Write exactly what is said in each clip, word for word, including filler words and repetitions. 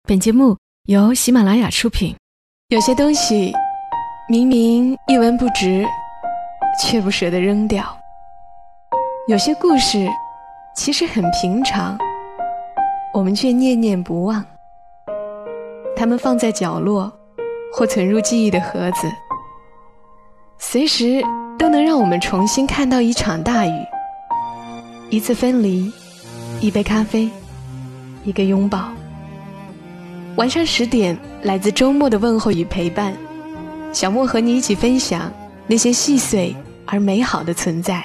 本节目由喜马拉雅出品。有些东西明明一文不值，却不舍得扔掉；有些故事其实很平常，我们却念念不忘。它们放在角落，或存入记忆的盒子，随时都能让我们重新看到一场大雨，一次分离，一杯咖啡，一个拥抱。晚上十点，来自周末的问候与陪伴，小莫和你一起分享那些细碎而美好的存在。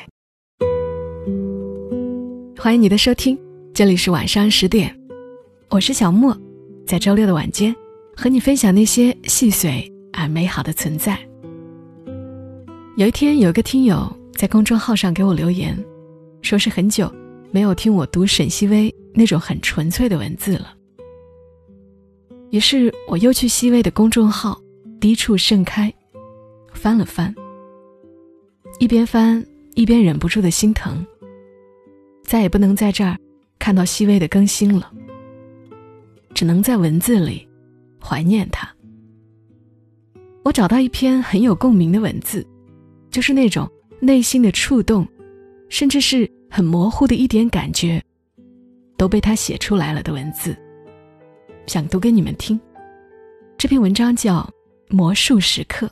欢迎你的收听，这里是晚上十点，我是小莫，在周六的晚间和你分享那些细碎而美好的存在。有一天，有一个听友在公众号上给我留言，说是很久没有听我读沈西薇那种很纯粹的文字了。于是我又去西薇的公众号低处盛开翻了翻，一边翻一边忍不住的心疼，再也不能在这儿看到西薇的更新了，只能在文字里怀念她。我找到一篇很有共鸣的文字，就是那种内心的触动，甚至是很模糊的一点感觉都被他写出来了的文字，想读给你们听。这篇文章叫《魔术时刻》。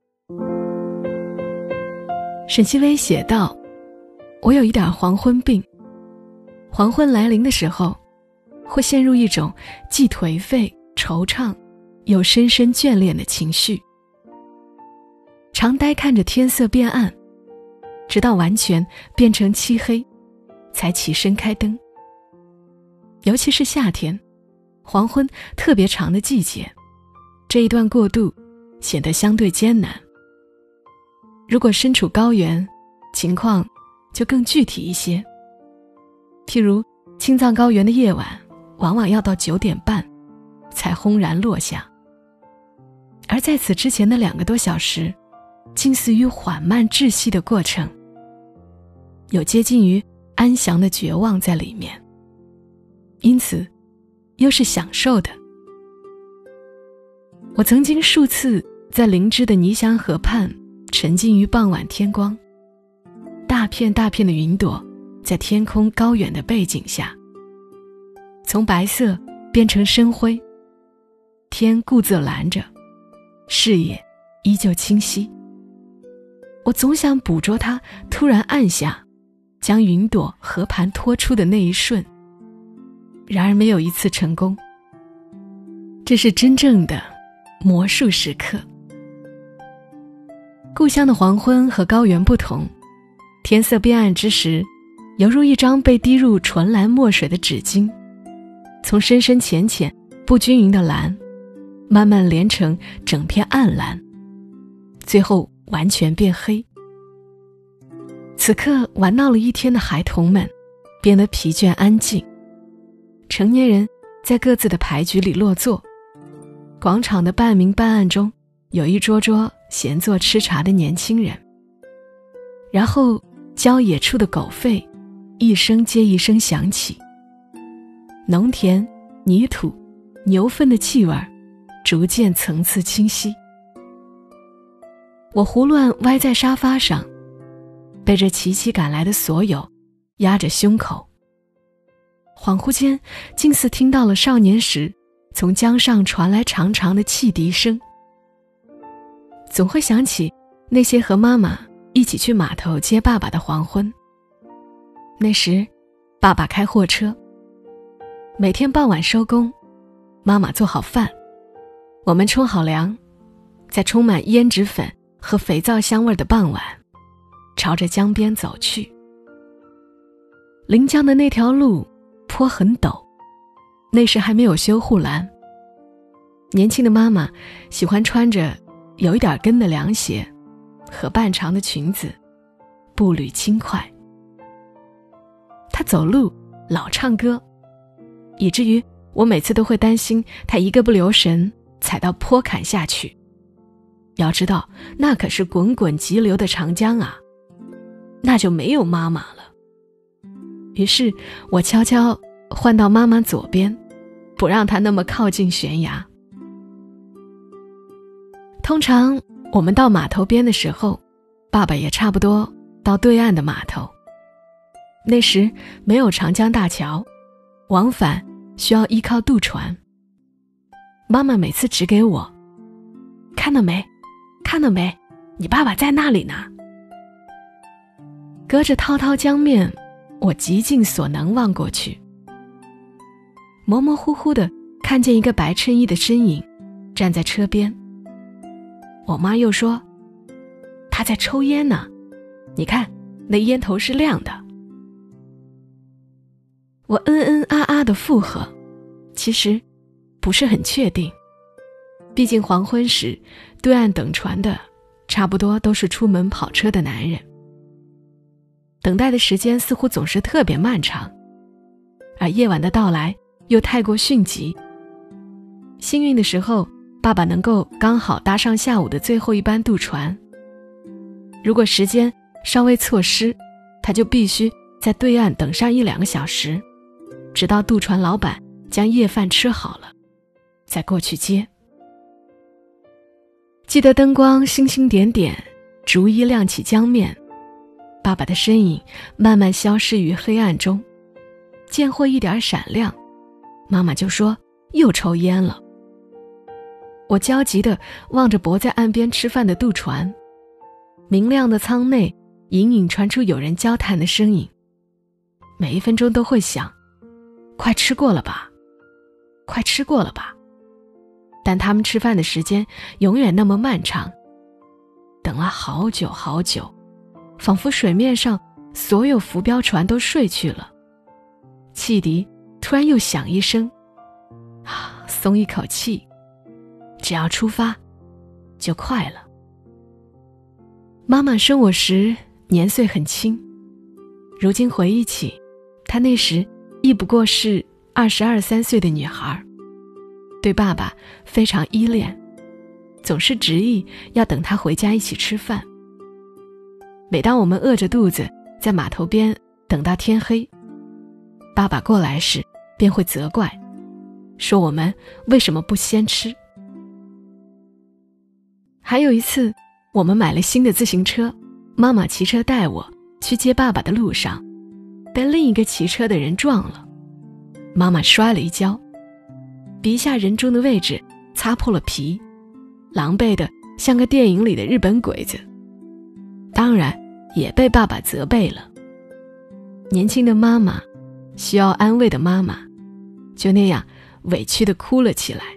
沈西薇写道，我有一点黄昏病，黄昏来临的时候，会陷入一种既颓废惆怅又深深眷恋的情绪，常呆看着天色变暗，直到完全变成漆黑，才起身开灯。尤其是夏天，黄昏特别长的季节，这一段过渡显得相对艰难。如果身处高原，情况就更具体一些。譬如青藏高原的夜晚，往往要到九点半才轰然落下，而在此之前的两个多小时，近似于缓慢窒息的过程，有接近于安详的绝望在里面，因此又是享受的。我曾经数次在灵芝的泥香河畔沉浸于傍晚天光，大片大片的云朵在天空高远的背景下，从白色变成深灰，天固自蓝着，视野依旧清晰。我总想捕捉它突然暗下，将云朵和盘托出的那一瞬，然而没有一次成功。这是真正的魔术时刻。故乡的黄昏和高原不同，天色变暗之时，犹如一张被滴入纯蓝墨水的纸巾，从深深浅浅不均匀的蓝，慢慢连成整片暗蓝，最后完全变黑。此刻玩闹了一天的孩童们变得疲倦安静，成年人在各自的牌局里落座，广场的半明半暗中有一桌桌闲坐吃茶的年轻人，然后郊野处的狗吠一声接一声响起，农田、泥土、牛粪的气味逐渐层次清晰。我胡乱歪在沙发上，被这齐齐赶来的所有压着胸口，恍惚间竟似听到了少年时从江上传来长长的汽笛声，总会想起那些和妈妈一起去码头接爸爸的黄昏。那时爸爸开货车，每天傍晚收工，妈妈做好饭，我们冲好凉，在充满胭脂粉和肥皂香味的傍晚，朝着江边走去。临江的那条路坡很陡，那时还没有修护栏，年轻的妈妈喜欢穿着有一点跟的凉鞋和半长的裙子，步履轻快。她走路老唱歌，以至于我每次都会担心她一个不留神踩到坡坎下去。要知道，那可是滚滚急流的长江啊，那就没有妈妈了。于是我悄悄换到妈妈左边， 不让他那么靠近悬崖。通常我们到码头边的时候，爸爸也差不多到对岸的码头。那时没有长江大桥，往返需要依靠渡船。妈妈每次指给我，看到没，看到没，你爸爸在那里呢。隔着滔滔江面，我极尽所能望过去，模模糊糊地看见一个白衬衣的身影站在车边。我妈又说，他在抽烟呢，你看那烟头是亮的。我嗯嗯啊啊地附和，其实不是很确定，毕竟黄昏时对岸等船的差不多都是出门跑车的男人，等待的时间似乎总是特别漫长，而夜晚的到来又太过迅疾。幸运的时候，爸爸能够刚好搭上下午的最后一班渡船，如果时间稍微错失，他就必须在对岸等上一两个小时，直到渡船老板将夜饭吃好了再过去接。记得灯光星星点点，逐一亮起江面，爸爸的身影慢慢消失于黑暗中，见或一点闪亮，妈妈就说又抽烟了。我焦急地望着泊在岸边吃饭的渡船，明亮的舱内隐隐传出有人交谈的声音，每一分钟都会想，快吃过了吧，快吃过了吧。但他们吃饭的时间永远那么漫长，等了好久好久，仿佛水面上所有浮标船都睡去了。汽笛突然又响一声，啊，松一口气，只要出发就快了。妈妈生我时年岁很轻，如今回忆起，她那时亦不过是二十二三岁的女孩，对爸爸非常依恋，总是执意要等他回家一起吃饭。每当我们饿着肚子在码头边等到天黑，爸爸过来时便会责怪，说我们为什么不先吃。还有一次，我们买了新的自行车，妈妈骑车带我去接爸爸的路上，被另一个骑车的人撞了，妈妈摔了一跤，鼻下人中的位置擦破了皮，狼狈的像个电影里的日本鬼子，当然也被爸爸责备了。年轻的妈妈，需要安慰的妈妈，就那样委屈地哭了起来。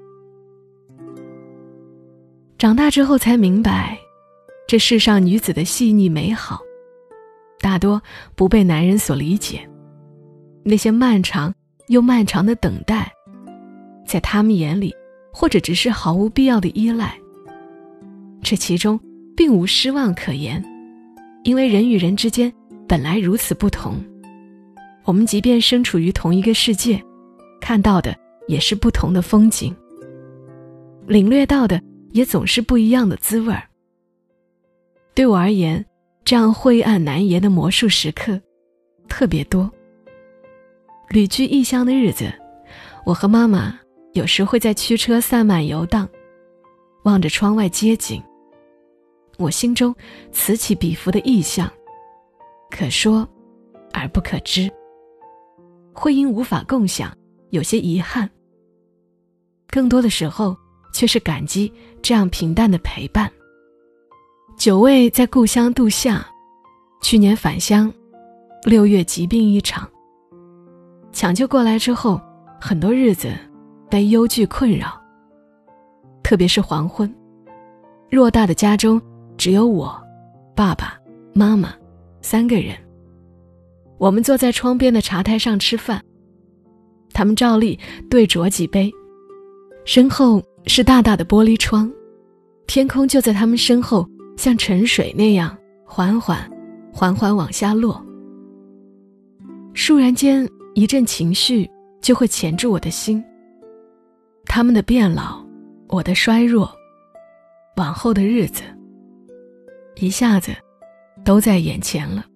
长大之后才明白，这世上女子的细腻美好，大多不被男人所理解。那些漫长又漫长的等待，在他们眼里或者只是毫无必要的依赖。这其中并无失望可言，因为人与人之间本来如此不同，我们即便身处于同一个世界，看到的也是不同的风景，领略到的也总是不一样的滋味儿。对我而言，这样晦暗难言的魔术时刻特别多。旅居异乡的日子，我和妈妈有时会在驱车散漫游荡，望着窗外街景，我心中此起彼伏的意象，可说而不可知，会因无法共享有些遗憾，更多的时候却是感激这样平淡的陪伴。久未在故乡度夏，去年返乡，六月疾病一场，抢救过来之后，很多日子被忧惧困扰，特别是黄昏，偌大的家中只有我、爸爸、妈妈三个人，我们坐在窗边的茶台上吃饭，他们照例对酌几杯，身后是大大的玻璃窗，天空就在他们身后像沉水那样缓缓缓缓往下落。倏然间一阵情绪就会钳住我的心，他们的变老，我的衰弱，往后的日子一下子都在眼前了。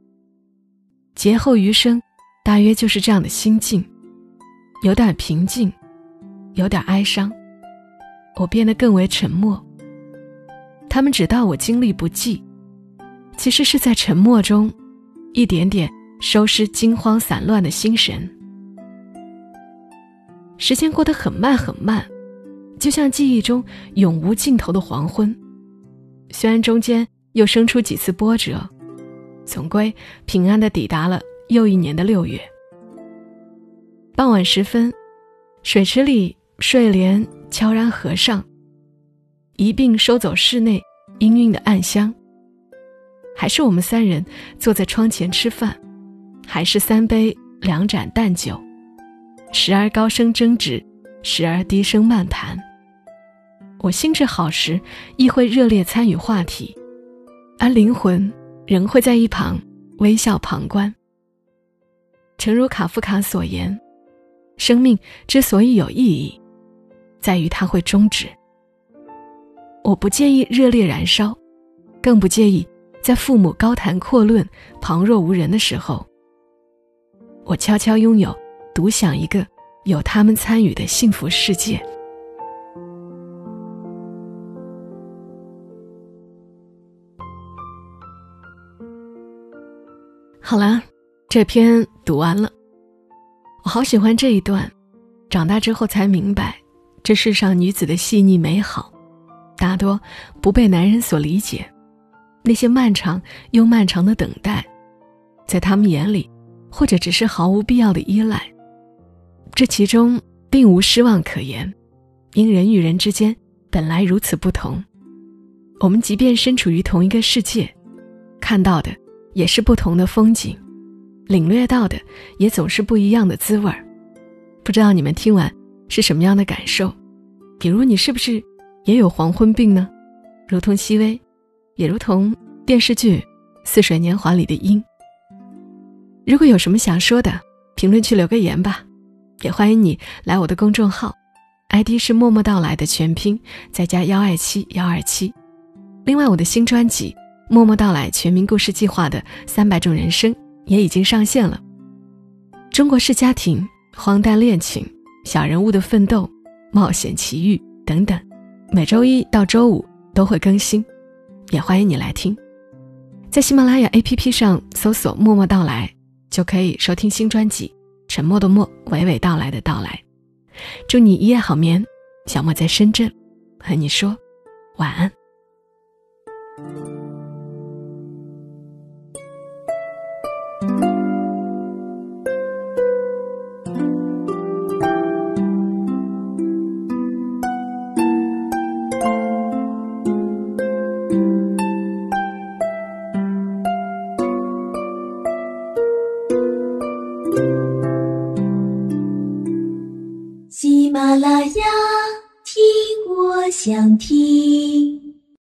劫后余生大约就是这样的心境，有点平静， 有点哀伤，我变得更为沉默。他们只道我经历不济，其实是在沉默中一点点收拾惊慌散乱的心神。时间过得很慢很慢，就像记忆中永无尽头的黄昏，虽然中间又生出几次波折，总归平安地抵达了又一年的六月。傍晚时分，水池里睡莲悄然合上，一并收走室内氤氲的暗香。还是我们三人坐在窗前吃饭，还是三杯两盏淡酒，时而高声争执，时而低声漫谈。我兴致好时亦会热烈参与话题，而灵魂仍会在一旁微笑旁观。诚如卡夫卡所言，生命之所以有意义，在于它会终止。我不介意热烈燃烧，更不介意在父母高谈阔论旁若无人的时候，我悄悄拥有独享一个有他们参与的幸福世界。好了，这篇读完了。我好喜欢这一段，长大之后才明白，这世上女子的细腻美好，大多不被男人所理解。那些漫长又漫长的等待，在他们眼里，或者只是毫无必要的依赖。这其中并无失望可言，因人与人之间本来如此不同。我们即便身处于同一个世界，看到的也是不同的风景，领略到的也总是不一样的滋味。不知道你们听完是什么样的感受？比如你是不是也有黄昏病呢？如同熹微，也如同电视剧《似水年华》里的樱。如果有什么想说的，评论区留个言吧。也欢迎你来我的公众号 I D 是默默到来的全拼再加一二七一二七。另外我的新专辑默默到来全民故事计划的三百种人生也已经上线了。中国式家庭、荒诞恋情、小人物的奋斗、冒险奇遇等等，每周一到周五都会更新，也欢迎你来听。在喜马拉雅 A P P 上搜索默默到来，就可以收听新专辑沉默的默，娓娓道来的到来。祝你一夜好眠，小莫在深圳和你说晚安。 喜马拉雅，听我想听。